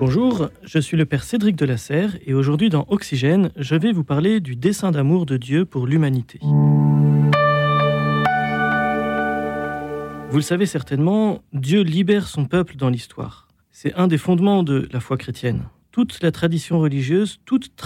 Bonjour, je suis le père Cédric de la Serre et aujourd'hui dans Oxygène, je vais vous parler du dessein d'amour de Dieu pour l'humanité. Vous le savez certainement, Dieu libère son peuple dans l'histoire. C'est un des fondements de la foi chrétienne. Toute tradition religieuse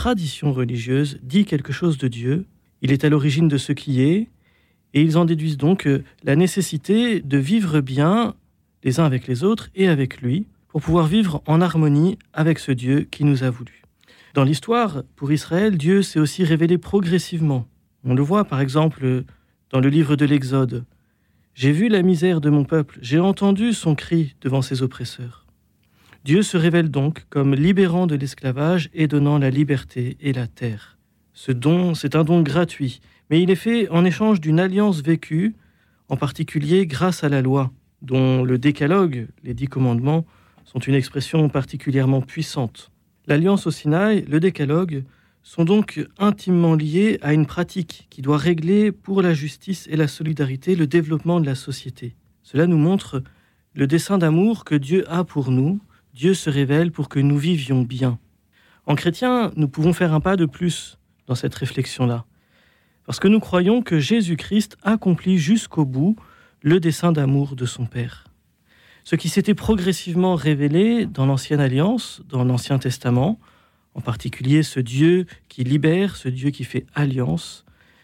dit quelque chose de Dieu. Il est à l'origine de ce qui est, et ils en déduisent donc la nécessité de vivre bien les uns avec les autres et avec lui, pour pouvoir vivre en harmonie avec ce Dieu qui nous a voulu. Dans l'histoire, pour Israël, Dieu s'est aussi révélé progressivement. On le voit par exemple dans le livre de l'Exode. « J'ai vu la misère de mon peuple, j'ai entendu son cri devant ses oppresseurs. » Dieu se révèle donc comme libérant de l'esclavage et donnant la liberté et la terre. Ce don, c'est un don gratuit, mais il est fait en échange d'une alliance vécue, en particulier grâce à la loi, dont le décalogue, les 10 commandements, sont une expression particulièrement puissante. L'alliance au Sinaï, le décalogue, sont donc intimement liés à une pratique qui doit régler pour la justice et la solidarité le développement de la société. Cela nous montre le dessein d'amour que Dieu a pour nous. Dieu se révèle pour que nous vivions bien. En chrétien, nous pouvons faire un pas de plus dans cette réflexion-là, parce que nous croyons que Jésus-Christ accomplit jusqu'au bout le dessein d'amour de son Père. Ce qui s'était progressivement révélé dans l'Ancienne Alliance, dans l'Ancien Testament, en particulier ce Dieu qui libère, ce Dieu qui fait alliance,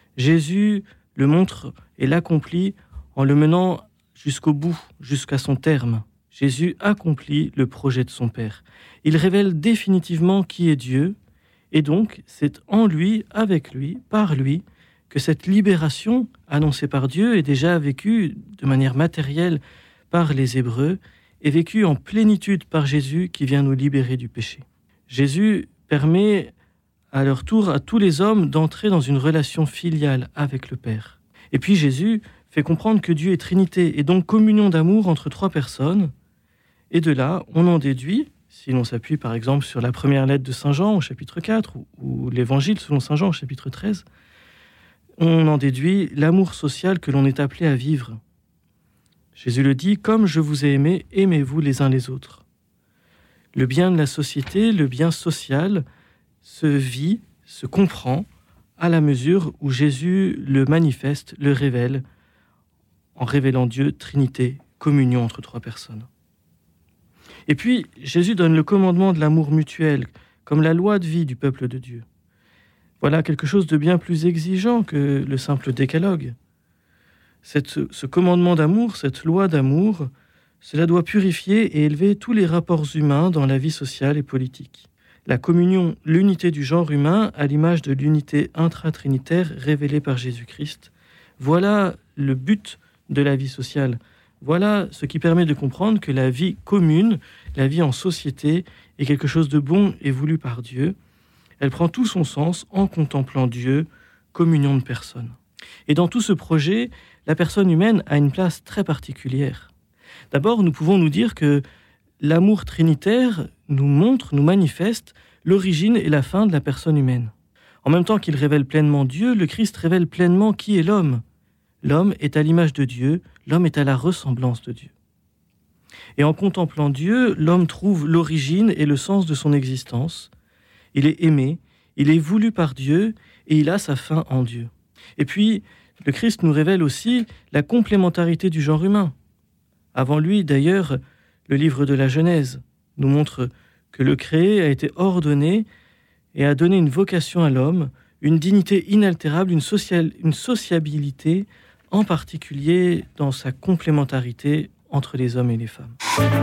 Jésus le montre et l'accomplit en le menant jusqu'au bout, jusqu'à son terme. Jésus accomplit le projet de son Père. Il révèle définitivement qui est Dieu, et donc c'est en lui, avec lui, par lui, que cette libération annoncée par Dieu est déjà vécue de manière matérielle par les Hébreux et vécue en plénitude par Jésus qui vient nous libérer du péché. Jésus permet à leur tour à tous les hommes d'entrer dans une relation filiale avec le Père. Et puis Jésus fait comprendre que Dieu est Trinité et donc communion d'amour entre 3 personnes. Et de là, on en déduit, si l'on s'appuie par exemple sur la première lettre de Saint Jean au chapitre 4 ou l'Évangile selon Saint Jean au chapitre 13, on en déduit l'amour social que l'on est appelé à vivre. Jésus le dit, « Comme je vous ai aimé, aimez-vous les uns les autres. » Le bien de la société, le bien social, se vit, se comprend à la mesure où Jésus le manifeste, le révèle, en révélant Dieu, Trinité, communion entre 3 personnes. Et puis, Jésus donne le commandement de l'amour mutuel, comme la loi de vie du peuple de Dieu. Voilà quelque chose de bien plus exigeant que le simple décalogue. Ce commandement d'amour, cette loi d'amour, cela doit purifier et élever tous les rapports humains dans la vie sociale et politique. La communion, l'unité du genre humain, à l'image de l'unité intratrinitaire révélée par Jésus-Christ, voilà le but de la vie sociale. Voilà ce qui permet de comprendre que la vie commune, la vie en société, est quelque chose de bon et voulu par Dieu. Elle prend tout son sens en contemplant Dieu, communion de personnes. Et dans tout ce projet, la personne humaine a une place très particulière. D'abord, nous pouvons nous dire que l'amour trinitaire nous montre, nous manifeste l'origine et la fin de la personne humaine. En même temps qu'il révèle pleinement Dieu, le Christ révèle pleinement qui est l'homme. L'homme est à l'image de Dieu, l'homme est à la ressemblance de Dieu. Et en contemplant Dieu, l'homme trouve l'origine et le sens de son existence. Il est aimé, il est voulu par Dieu et il a sa fin en Dieu. Et puis, le Christ nous révèle aussi la complémentarité du genre humain. Avant lui, d'ailleurs, le livre de la Genèse nous montre que le créé a été ordonné et a donné une vocation à l'homme, une dignité inaltérable, une sociabilité, en particulier dans sa complémentarité entre les hommes et les femmes.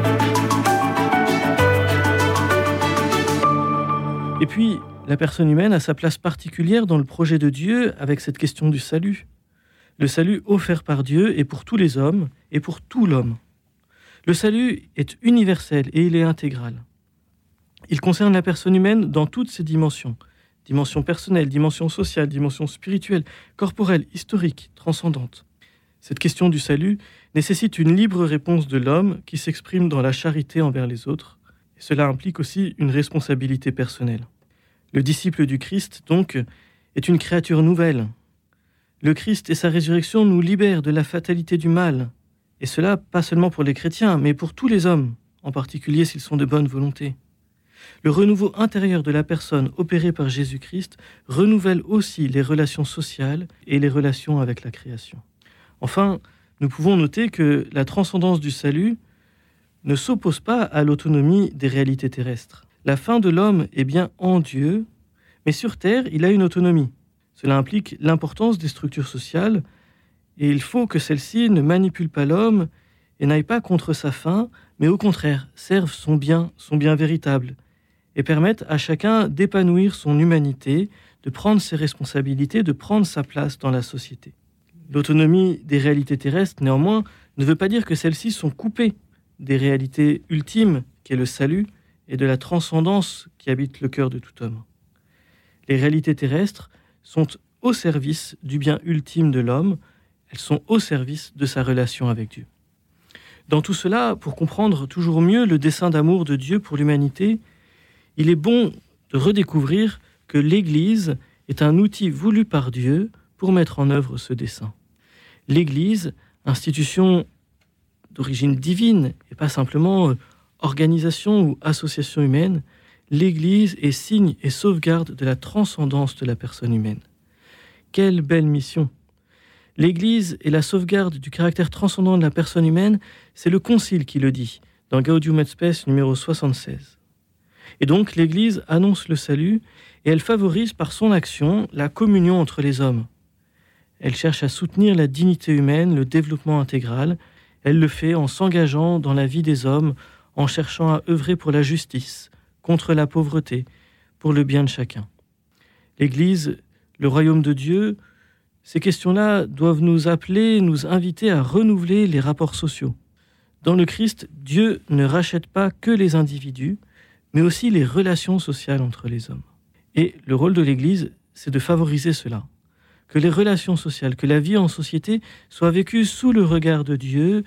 Et puis, la personne humaine a sa place particulière dans le projet de Dieu avec cette question du salut. Le salut offert par Dieu est pour tous les hommes et pour tout l'homme. Le salut est universel et il est intégral. Il concerne la personne humaine dans toutes ses dimensions. Dimension personnelle, dimension sociale, dimension spirituelle, corporelle, historique, transcendante. Cette question du salut nécessite une libre réponse de l'homme qui s'exprime dans la charité envers les autres. Et cela implique aussi une responsabilité personnelle. Le disciple du Christ, donc, est une créature nouvelle. Le Christ et sa résurrection nous libèrent de la fatalité du mal. Et cela, pas seulement pour les chrétiens, mais pour tous les hommes, en particulier s'ils sont de bonne volonté. Le renouveau intérieur de la personne opéré par Jésus-Christ renouvelle aussi les relations sociales et les relations avec la création. Enfin, nous pouvons noter que la transcendance du salut ne s'oppose pas à l'autonomie des réalités terrestres. La fin de l'homme est bien en Dieu, mais sur terre, il a une autonomie. Cela implique l'importance des structures sociales, et il faut que celles-ci ne manipulent pas l'homme et n'aillent pas contre sa fin, mais au contraire, servent son bien véritable, et permettent à chacun d'épanouir son humanité, de prendre ses responsabilités, de prendre sa place dans la société. L'autonomie des réalités terrestres, néanmoins, ne veut pas dire que celles-ci sont coupées des réalités ultimes, qu'est le salut, et de la transcendance qui habite le cœur de tout homme. Les réalités terrestres sont au service du bien ultime de l'homme, elles sont au service de sa relation avec Dieu. Dans tout cela, pour comprendre toujours mieux le dessein d'amour de Dieu pour l'humanité, il est bon de redécouvrir que l'Église est un outil voulu par Dieu pour mettre en œuvre ce dessein. L'Église, institution d'origine divine et pas simplement organisation ou association humaine, l'Église est signe et sauvegarde de la transcendance de la personne humaine. Quelle belle mission! L'Église est la sauvegarde du caractère transcendant de la personne humaine, c'est le Concile qui le dit, dans Gaudium et Spes numéro 76. Et donc l'Église annonce le salut et elle favorise par son action la communion entre les hommes. Elle cherche à soutenir la dignité humaine, le développement intégral. Elle le fait en s'engageant dans la vie des hommes, en cherchant à œuvrer pour la justice, contre la pauvreté, pour le bien de chacun. L'Église, le royaume de Dieu, ces questions-là doivent nous appeler, nous inviter à renouveler les rapports sociaux. Dans le Christ, Dieu ne rachète pas que les individus, mais aussi les relations sociales entre les hommes. Et le rôle de l'Église, c'est de favoriser cela. Que les relations sociales, que la vie en société soit vécue sous le regard de Dieu,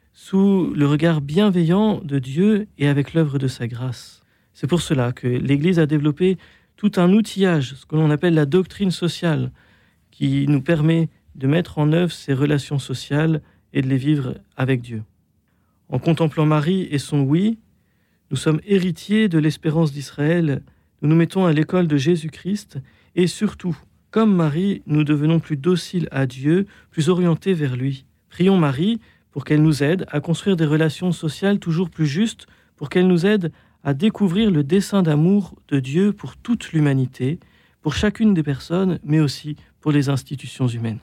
sous le regard bienveillant de Dieu et avec l'œuvre de sa grâce. C'est pour cela que l'Église a développé tout un outillage, ce que l'on appelle la doctrine sociale, qui nous permet de mettre en œuvre ces relations sociales et de les vivre avec Dieu. En contemplant Marie et son oui, nous sommes héritiers de l'espérance d'Israël, nous nous mettons à l'école de Jésus-Christ et surtout, comme Marie, nous devenons plus dociles à Dieu, plus orientés vers lui. Prions Marie pour qu'elle nous aide à construire des relations sociales toujours plus justes, pour qu'elle nous aide à découvrir le dessein d'amour de Dieu pour toute l'humanité, pour chacune des personnes, mais aussi pour les institutions humaines.